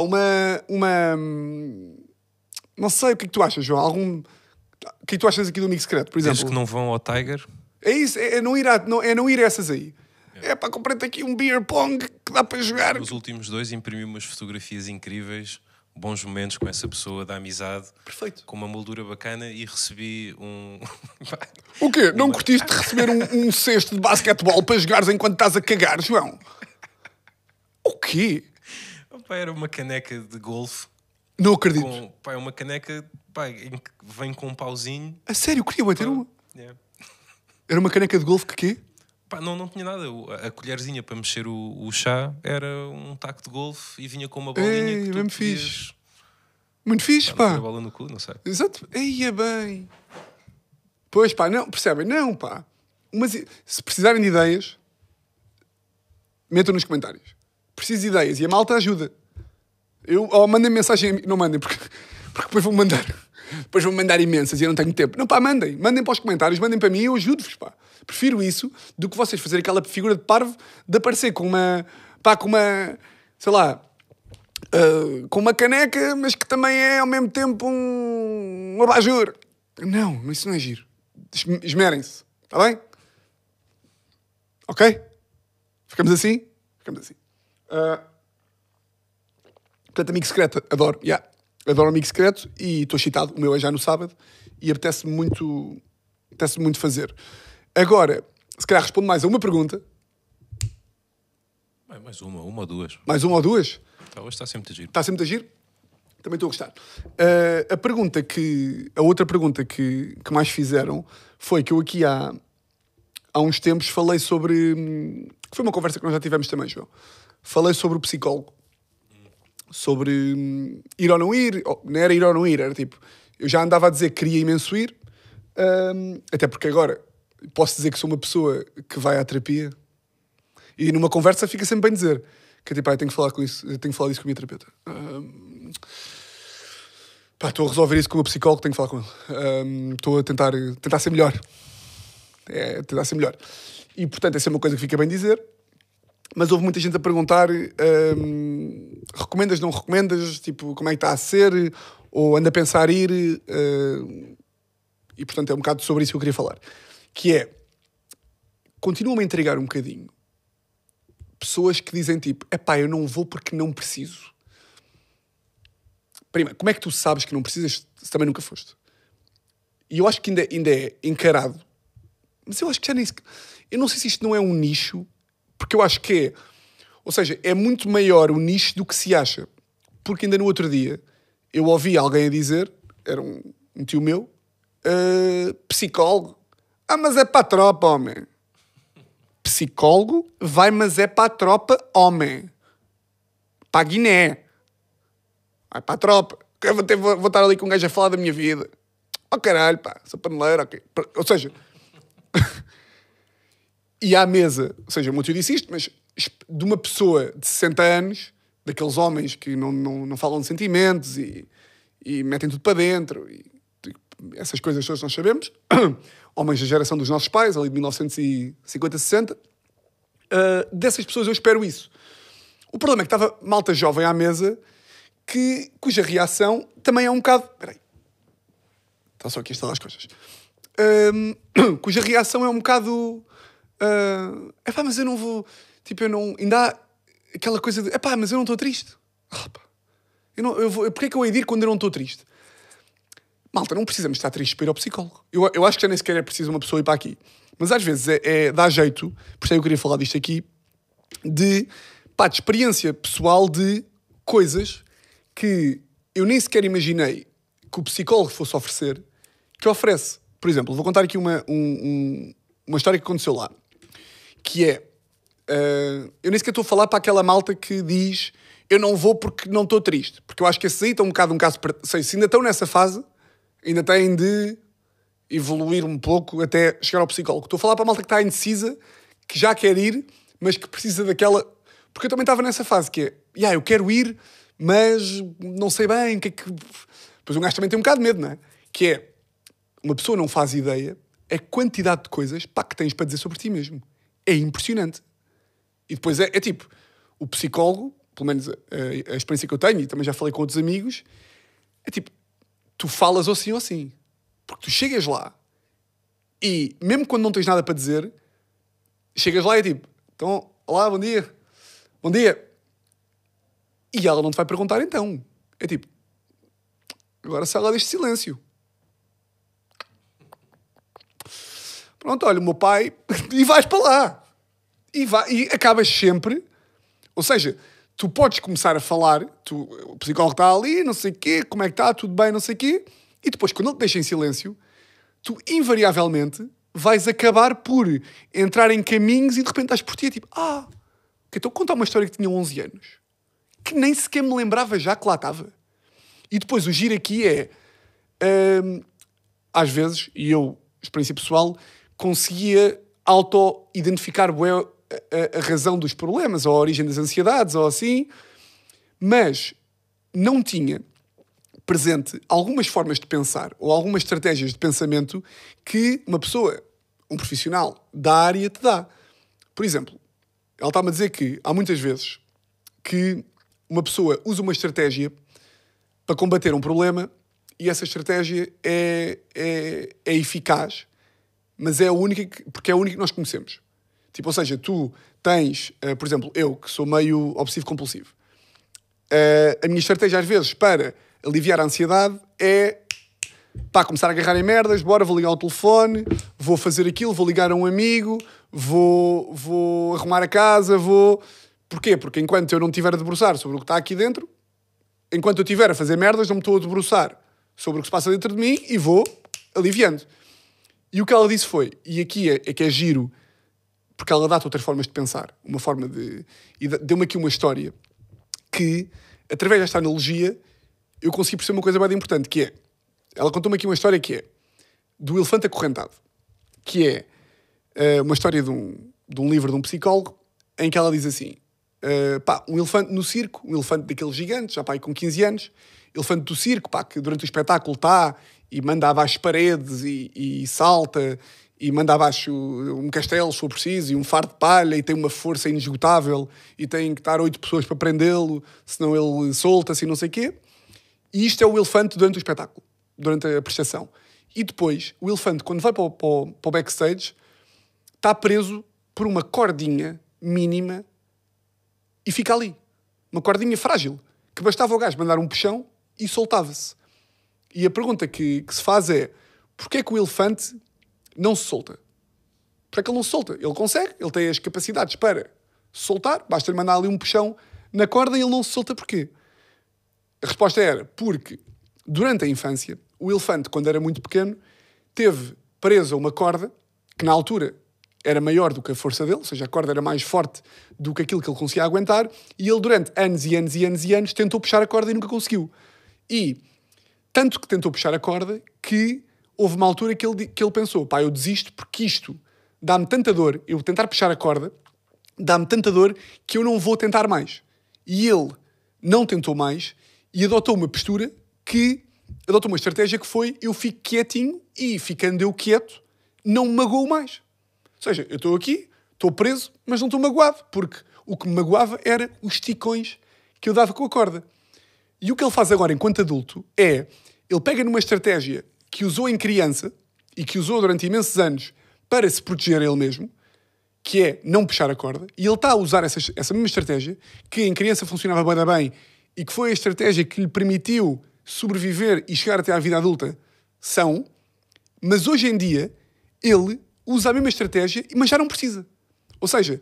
não sei, o que é que tu achas, João? O que é que tu achas aqui do Amigo Secreto, por exemplo? Desde que não vão ao Tiger. É isso, é não ir a essas aí. É pá, comprei-te aqui um beer pong que dá para jogar. Nos últimos 2 imprimi umas fotografias incríveis, bons momentos com essa pessoa da amizade. Perfeito. Com uma moldura bacana e recebi um... O quê? Não curtiste de receber um cesto de basquetebol para jogares enquanto estás a cagar, João? O quê? Opa, era uma caneca de golfe. Não acredito. É uma caneca em que vem com um pauzinho. A sério, queria bater uma? Yeah. Era uma caneca de golfe que quê? Pá, não tinha nada. A colherzinha para mexer o chá era um taco de golfe e vinha com uma bolinha. Ei, que tu mesmo podias... fixe. Muito fixe, pá. pá. A bola no cu, não sei. Exato. Eia bem. Pois, pá, não, percebem? Não, pá. Mas se precisarem de ideias, metam nos comentários. Preciso de ideias e a malta ajuda. Mandem mensagem, não mandem, porque depois vão mandar. Depois vão mandar imensas e eu não tenho tempo. Não, pá, mandem para os comentários, mandem para mim e eu ajudo-vos, pá. Prefiro isso do que vocês fazerem aquela figura de parvo de aparecer com uma, sei lá, com uma caneca, mas que também é ao mesmo tempo um abajur. Não, isso não é giro. Esmerem-se, está bem? Ok? Ficamos assim? Ficamos assim. Portanto, Amigo Secreto, adoro. Yeah. Adoro Amigo Secreto e estou excitado. O meu é já no sábado e apetece-me muito fazer. Agora, se calhar respondo mais a uma pergunta. Mais uma ou duas. Mais uma ou duas? Hoje está sempre a giro. Está sempre a giro? Também estou a gostar. A outra pergunta que mais fizeram foi que eu aqui há uns tempos falei sobre... Foi uma conversa que nós já tivemos também, João. Falei sobre o psicólogo. Sobre ir ou não ir. Não era ir ou não ir, era tipo... Eu já andava a dizer que queria imenso ir. Até porque agora posso dizer que sou uma pessoa que vai à terapia. E numa conversa fica sempre bem dizer. Que é tipo, eu tenho que falar disso com a minha terapeuta. Estou a resolver isso com o meu psicólogo, tenho que falar com ele. Estou a tentar ser melhor. Tentar ser melhor. E, portanto, essa é uma coisa que fica bem dizer. Mas houve muita gente a perguntar recomendas, não recomendas, tipo, como é que está a ser, ou anda a pensar ir, e portanto é um bocado sobre isso que eu queria falar. Que é, continua-me a intrigar um bocadinho pessoas que dizem tipo, epá, eu não vou porque não preciso. Prima, como é que tu sabes que não precisas se também nunca foste? E eu acho que ainda é encarado, mas eu acho que já nem... Eu não sei se isto não é um nicho, porque eu acho que é... Ou seja, é muito maior o nicho do que se acha. Porque ainda no outro dia eu ouvi alguém a dizer, era um tio meu, psicólogo. Ah, mas é para a tropa, homem. Psicólogo vai, mas é para a tropa, homem. Para a Guiné. Vai para a tropa. Eu vou estar ali com um gajo a falar da minha vida. Oh caralho, pá, sou paneleiro, ok. Ou seja... E à mesa, ou seja, o meu tio disse isto, mas de uma pessoa de 60 anos, daqueles homens que não falam de sentimentos e metem tudo para dentro, e essas coisas todas nós sabemos, homens da geração dos nossos pais, ali de 1950, 60, dessas pessoas eu espero isso. O problema é que estava malta jovem à mesa, cuja reação também é um bocado... Espera aí. Está só aqui a instalar as coisas. Cuja reação é um bocado... epá, mas eu não vou... Tipo, eu não... Ainda há aquela coisa de... Epá, mas eu não estou triste. Porquê é que eu hei de ir quando eu não estou triste? Malta, não precisamos estar tristes para ir ao psicólogo. Eu acho que já nem sequer é preciso uma pessoa ir para aqui. Mas às vezes dá jeito, por isso é que eu queria falar disto aqui, de experiência pessoal de coisas que eu nem sequer imaginei que o psicólogo fosse oferecer, que oferece. Por exemplo, vou contar aqui uma história que aconteceu lá, que é, eu nem sequer estou a falar para aquela malta que diz eu não vou porque não estou triste, porque eu acho que esses aí estão um bocado um caso, sei, se ainda estão nessa fase, ainda têm de evoluir um pouco até chegar ao psicólogo. Estou a falar para a malta que está indecisa, que já quer ir, mas que precisa daquela... Porque eu também estava nessa fase, que é, eu quero ir, mas não sei bem o que é que... Pois um gajo também tem um bocado de medo, não é? Que é, uma pessoa não faz ideia a quantidade de coisas que tens para dizer sobre ti mesmo. É impressionante. E depois é tipo, o psicólogo, pelo menos a experiência que eu tenho, e também já falei com outros amigos, é tipo, tu falas ou sim. Porque tu chegas lá e, mesmo quando não tens nada para dizer, chegas lá e é tipo, então, olá, bom dia. Bom dia. E ela não te vai perguntar então. É tipo, agora sai lá deste silêncio. Pronto, olha, o meu pai... E vais para lá. E acabas sempre... Ou seja, tu podes começar a falar, o psicólogo está ali, não sei o quê, como é que está, tudo bem, não sei o quê, e depois, quando ele te deixa em silêncio, tu, invariavelmente, vais acabar por entrar em caminhos e, de repente, estás por ti, é tipo, então conta uma história que tinha 11 anos, que nem sequer me lembrava já que lá estava. E depois, o giro aqui é... às vezes, e eu, experiência pessoal, conseguia auto-identificar a razão dos problemas, ou a origem das ansiedades, ou assim, mas não tinha presente algumas formas de pensar, ou algumas estratégias de pensamento que uma pessoa, um profissional da área, te dá. Por exemplo, ela está-me a dizer que há muitas vezes que uma pessoa usa uma estratégia para combater um problema e essa estratégia é eficaz, mas é a única porque é a única que nós conhecemos. Tipo, ou seja, tu tens, por exemplo, eu que sou meio obsessivo-compulsivo, a minha estratégia às vezes para aliviar a ansiedade é começar a agarrar em merdas, vou ligar ao telefone, vou fazer aquilo, vou ligar a um amigo, vou arrumar a casa, Porquê? Porque enquanto eu não estiver a debruçar sobre o que está aqui dentro, enquanto eu estiver a fazer merdas, não me estou a debruçar sobre o que se passa dentro de mim e vou aliviando. E o que ela disse foi, e aqui é que é giro, porque ela dá-te outras formas de pensar, uma forma de... E deu-me aqui uma história que, através desta analogia, eu consegui perceber uma coisa bem importante, que é... Ela contou-me aqui uma história que é do elefante acorrentado, que é uma história de um livro de um psicólogo, em que ela diz assim, um elefante no circo, um elefante daqueles gigantes, já com 15 anos, elefante do circo, que durante o espetáculo está e manda abaixo paredes e salta e manda abaixo um castelo, se for preciso, e um fardo de palha, e tem uma força inesgotável, e tem que estar 8 pessoas para prendê-lo, senão ele solta-se e não sei o quê. E isto é o elefante durante o espetáculo, durante a prestação. E depois, o elefante, quando vai para o backstage, está preso por uma cordinha mínima e fica ali. Uma cordinha frágil, que bastava o gajo mandar um puxão e soltava-se. E a pergunta que se faz é: porquê é que o elefante não se solta? Porquê é que ele não se solta? Ele consegue, ele tem as capacidades para soltar, basta-lhe mandar ali um puxão na corda e ele não se solta porquê? A resposta era porque, durante a infância, o elefante, quando era muito pequeno, teve preso a uma corda que, na altura, era maior do que a força dele, ou seja, a corda era mais forte do que aquilo que ele conseguia aguentar, e ele, durante anos e anos e anos e anos, tentou puxar a corda e nunca conseguiu. E tanto que tentou puxar a corda que houve uma altura que ele pensou: pá, eu desisto porque isto dá-me tanta dor, eu tentar puxar a corda, dá-me tanta dor que eu não vou tentar mais. E ele não tentou mais e adotou uma estratégia que foi: eu fico quietinho e, ficando eu quieto, não me magoo mais. Ou seja, eu estou aqui, estou preso, mas não estou magoado, porque o que me magoava era os esticões que eu dava com a corda. E o que ele faz agora, enquanto adulto, é: ele pega numa estratégia que usou em criança e que usou durante imensos anos para se proteger a ele mesmo, que é não puxar a corda, e ele está a usar essa mesma estratégia, que em criança funcionava bem e que foi a estratégia que lhe permitiu sobreviver e chegar até à vida adulta, mas hoje em dia ele usa a mesma estratégia, mas já não precisa. Ou seja,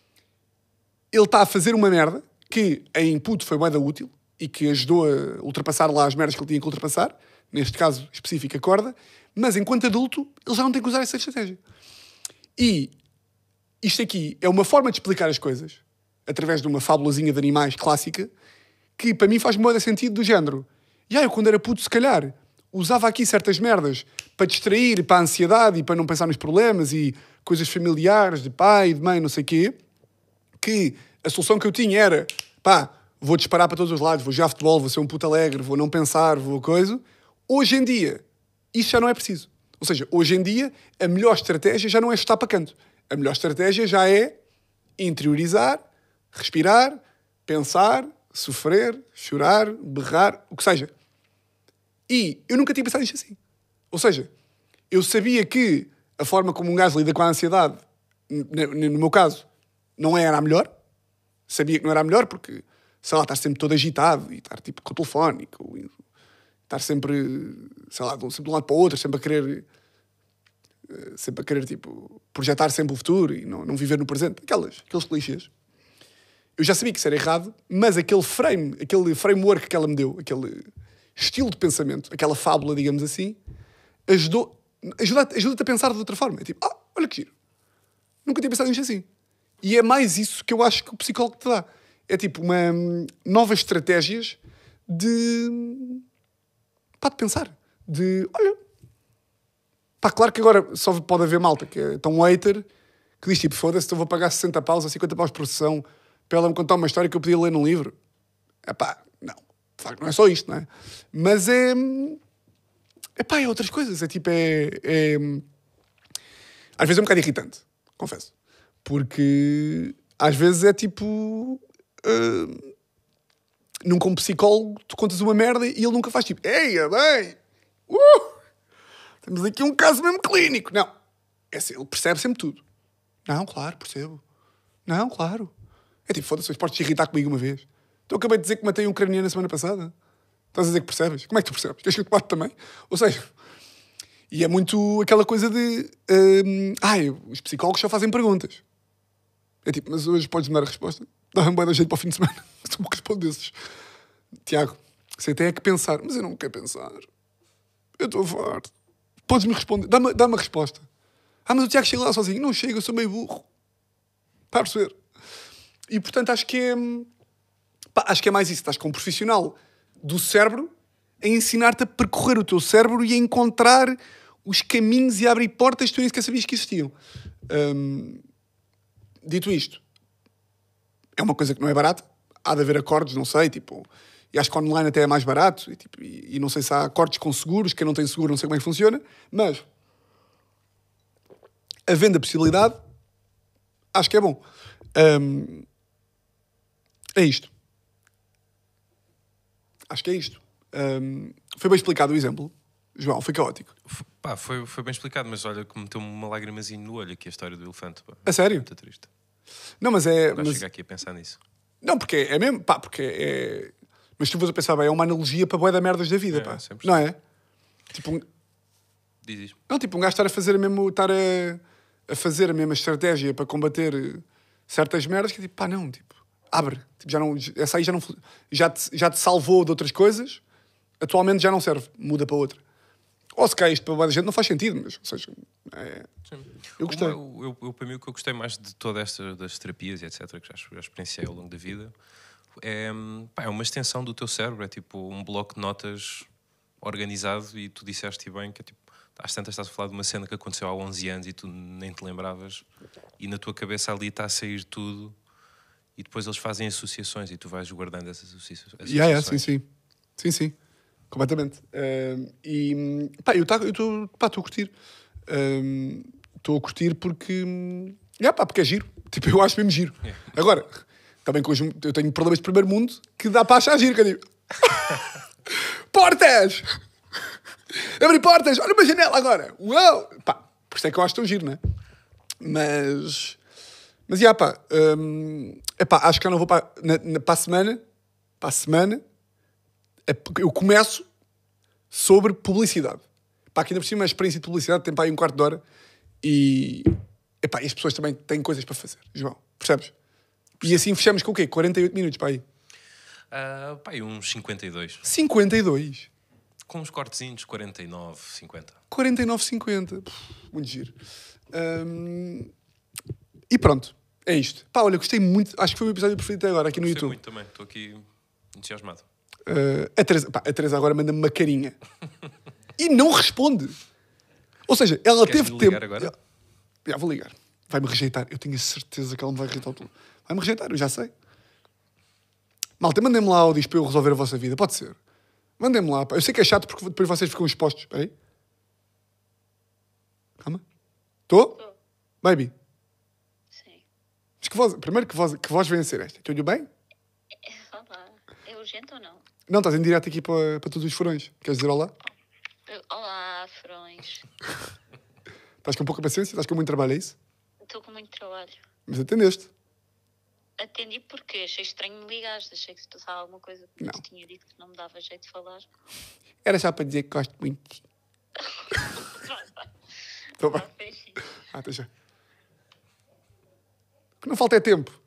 ele está a fazer uma merda que a input foi bué da útil e que ajudou a ultrapassar lá as merdas que ele tinha que ultrapassar, neste caso específico a corda, mas enquanto adulto ele já não tem que usar essa estratégia. E isto aqui é uma forma de explicar as coisas, através de uma fábulazinha de animais clássica, que para mim faz muito sentido, do género: eu quando era puto, se calhar, usava aqui certas merdas para distrair, para a ansiedade e para não pensar nos problemas e coisas familiares, de pai, de mãe, não sei o quê, que a solução que eu tinha era: pá, vou disparar para todos os lados, vou jogar futebol, vou ser um puto alegre, vou não pensar, vou coisa. Hoje em dia, isso já não é preciso. Ou seja, hoje em dia, a melhor estratégia já não é chutar para canto. A melhor estratégia já é interiorizar, respirar, pensar, sofrer, chorar, berrar, o que seja. E eu nunca tinha pensado nisto assim. Ou seja, eu sabia que a forma como um gajo lida com a ansiedade, no meu caso, não era a melhor. Sabia que não era a melhor porque, sei lá, estar sempre todo agitado e estar tipo com o telefone, estar sempre, sei lá, sempre de um lado para o outro, sempre a querer tipo, projetar sempre o futuro e não viver no presente. Aqueles clichês. Eu já sabia que isso era errado, mas aquele framework que ela me deu, aquele estilo de pensamento, aquela fábula, digamos assim, ajuda-te a pensar de outra forma. É tipo: olha que giro. Nunca tinha pensado nisto assim. E é mais isso que eu acho que o psicólogo te dá. É tipo novas estratégias de pensar. Claro que agora só pode haver malta que é tão hater que diz tipo: foda-se, então vou pagar 60 paus ou 50 paus por sessão para ela me contar uma história que eu podia ler num livro. Não. De facto, não é só isto, não é? Mas é outras coisas. É tipo, às vezes é um bocado irritante, confesso. Porque às vezes é tipo... nunca um psicólogo, tu contas uma merda e ele nunca faz tipo: eia, bem, temos aqui um caso mesmo clínico. Não. Ele percebe sempre tudo. Não, claro, percebo. Não, claro. É tipo: foda-se, podes te irritar comigo uma vez. Então acabei de dizer que matei um ucraniano na semana passada. Estás a dizer que percebes? Como é que tu percebes? Queres que eu te mate também? Ou seja, e é muito aquela coisa de... os psicólogos só fazem perguntas. É tipo: mas hoje podes-me dar a resposta? Dá-me um bom jeito para o fim de semana. Tu me respondesses. Tiago, você tem que pensar. Mas eu não quero pensar. Eu estou farto. Podes-me responder. Dá-me a resposta. Mas o Tiago chega lá sozinho. Não chega, eu sou meio burro. Está a perceber? E portanto acho que é mais isso. Estás com um profissional do cérebro a ensinar-te a percorrer o teu cérebro e a encontrar os caminhos e a abrir portas que tu nem sequer sabias que existiam. Dito isto, é uma coisa que não é barata. Há de haver acordes, não sei, tipo... E acho que online até é mais barato. E não sei se há acordes com seguros. Quem não tem seguro não sei como é que funciona. Mas... havendo a possibilidade, acho que é bom. É isto. Acho que é isto. Foi bem explicado o exemplo. João, foi caótico. Pá, foi bem explicado, mas olha que meteu-me uma lágrimazinha no olho aqui a história do elefante. Pá. A sério? Muito triste. Não, mas é... Agora chegar aqui a pensar nisso. Não, porque é mesmo... Pá, porque é... Mas se tu fores a pensar bem, é uma analogia para bué da merdas da vida, pá. Sempre. Não é? Tipo... Diz. Não, tipo, um gajo estar a fazer a fazer a mesma estratégia para combater certas merdas que é tipo, pá, não, tipo, abre. Tipo, já não, essa aí já te salvou de outras coisas, atualmente já não serve, muda para outra. Ou se calhar isto para a gente não faz sentido, mas, ou seja, eu gostei. Para mim, o que eu gostei mais de toda esta das terapias e etc., que já experienciei ao longo da vida, é uma extensão do teu cérebro, é tipo um bloco de notas organizado e tu disseste bem que é tipo, às tantas estás a falar de uma cena que aconteceu há 11 anos e tu nem te lembravas e na tua cabeça ali está a sair tudo e depois eles fazem associações e tu vais guardando essas associações. Sim. Completamente. E pá, eu estou a curtir. Estou a curtir porque... porque é giro. Tipo, eu acho mesmo giro. Agora, também que hoje eu tenho problemas de primeiro mundo que dá para achar giro, que eu digo... Portas! Abri portas! Olha uma janela agora! Uau! Pá, por isso é que eu acho tão giro, não é? Mas acho que eu não vou para a semana. Para a semana, eu começo sobre publicidade. Pá, aqui ainda por cima a experiência de publicidade tem para aí um quarto de hora e as pessoas também têm coisas para fazer, João. Percebes? E assim fechamos com o quê? 48 minutos para aí? Uns 52. 52? Com uns cortezinhos, 49, 50. 49, 50. Muito giro. E pronto. É isto. Pá, olha, gostei muito. Acho que foi o episódio preferido até agora aqui no YouTube. Gostei muito também. Estou aqui entusiasmado. A Teresa agora manda-me uma carinha. E não responde. Ou seja, ela Queres teve tempo... agora? Já vou ligar. Vai-me rejeitar. Eu tenho a certeza que ela me vai rejeitar tudo. Vai-me rejeitar, eu já sei. Malta, mandem-me lá áudios para eu resolver a vossa vida. Pode ser. Mandem-me lá. Pá. Eu sei que é chato porque depois vocês ficam expostos. Espera aí. Calma. Estou? Baby. Sim. Mas primeiro, que voz vem a ser esta? Tudo bem? Olá. É urgente ou não? Não, estás em direto aqui para todos os furões. Queres dizer olá? Olá, furões. Estás com pouca paciência? Estás com muito trabalho, é isso? Estou com muito trabalho. Mas atendeste. Atendi porque achei estranho me ligares. Achei que se passava alguma coisa que te tinha dito que não me dava jeito de falar. Era só para dizer que gosto muito. Estou bem. Até já. O que não falta é tempo.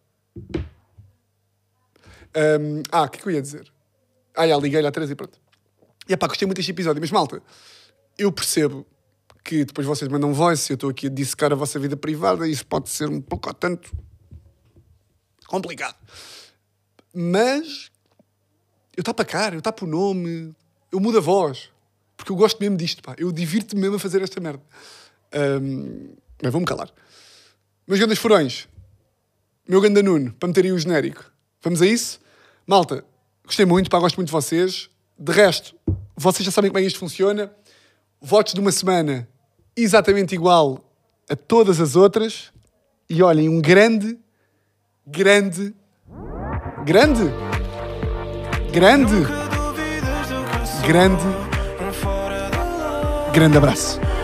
O que eu ia dizer? Já liguei-lhe à Teresa e pronto. E gostei muito deste episódio. Mas malta, eu percebo que depois vocês mandam voice e eu estou aqui a dissecar a vossa vida privada e isso pode ser um pouco ou tanto complicado. Mas eu tapo a cara, eu tapo o nome, eu mudo a voz. Porque eu gosto mesmo disto, pá. Eu divirto-me mesmo a fazer esta merda. Mas vou-me calar. Meus grandes furões, meu ganda Nuno, para meter aí o genérico. Vamos a isso? Malta, gostei muito, pá, gosto muito de vocês. De resto, vocês já sabem como é que isto funciona. Votos de uma semana exatamente igual a todas as outras. E olhem, um grande abraço.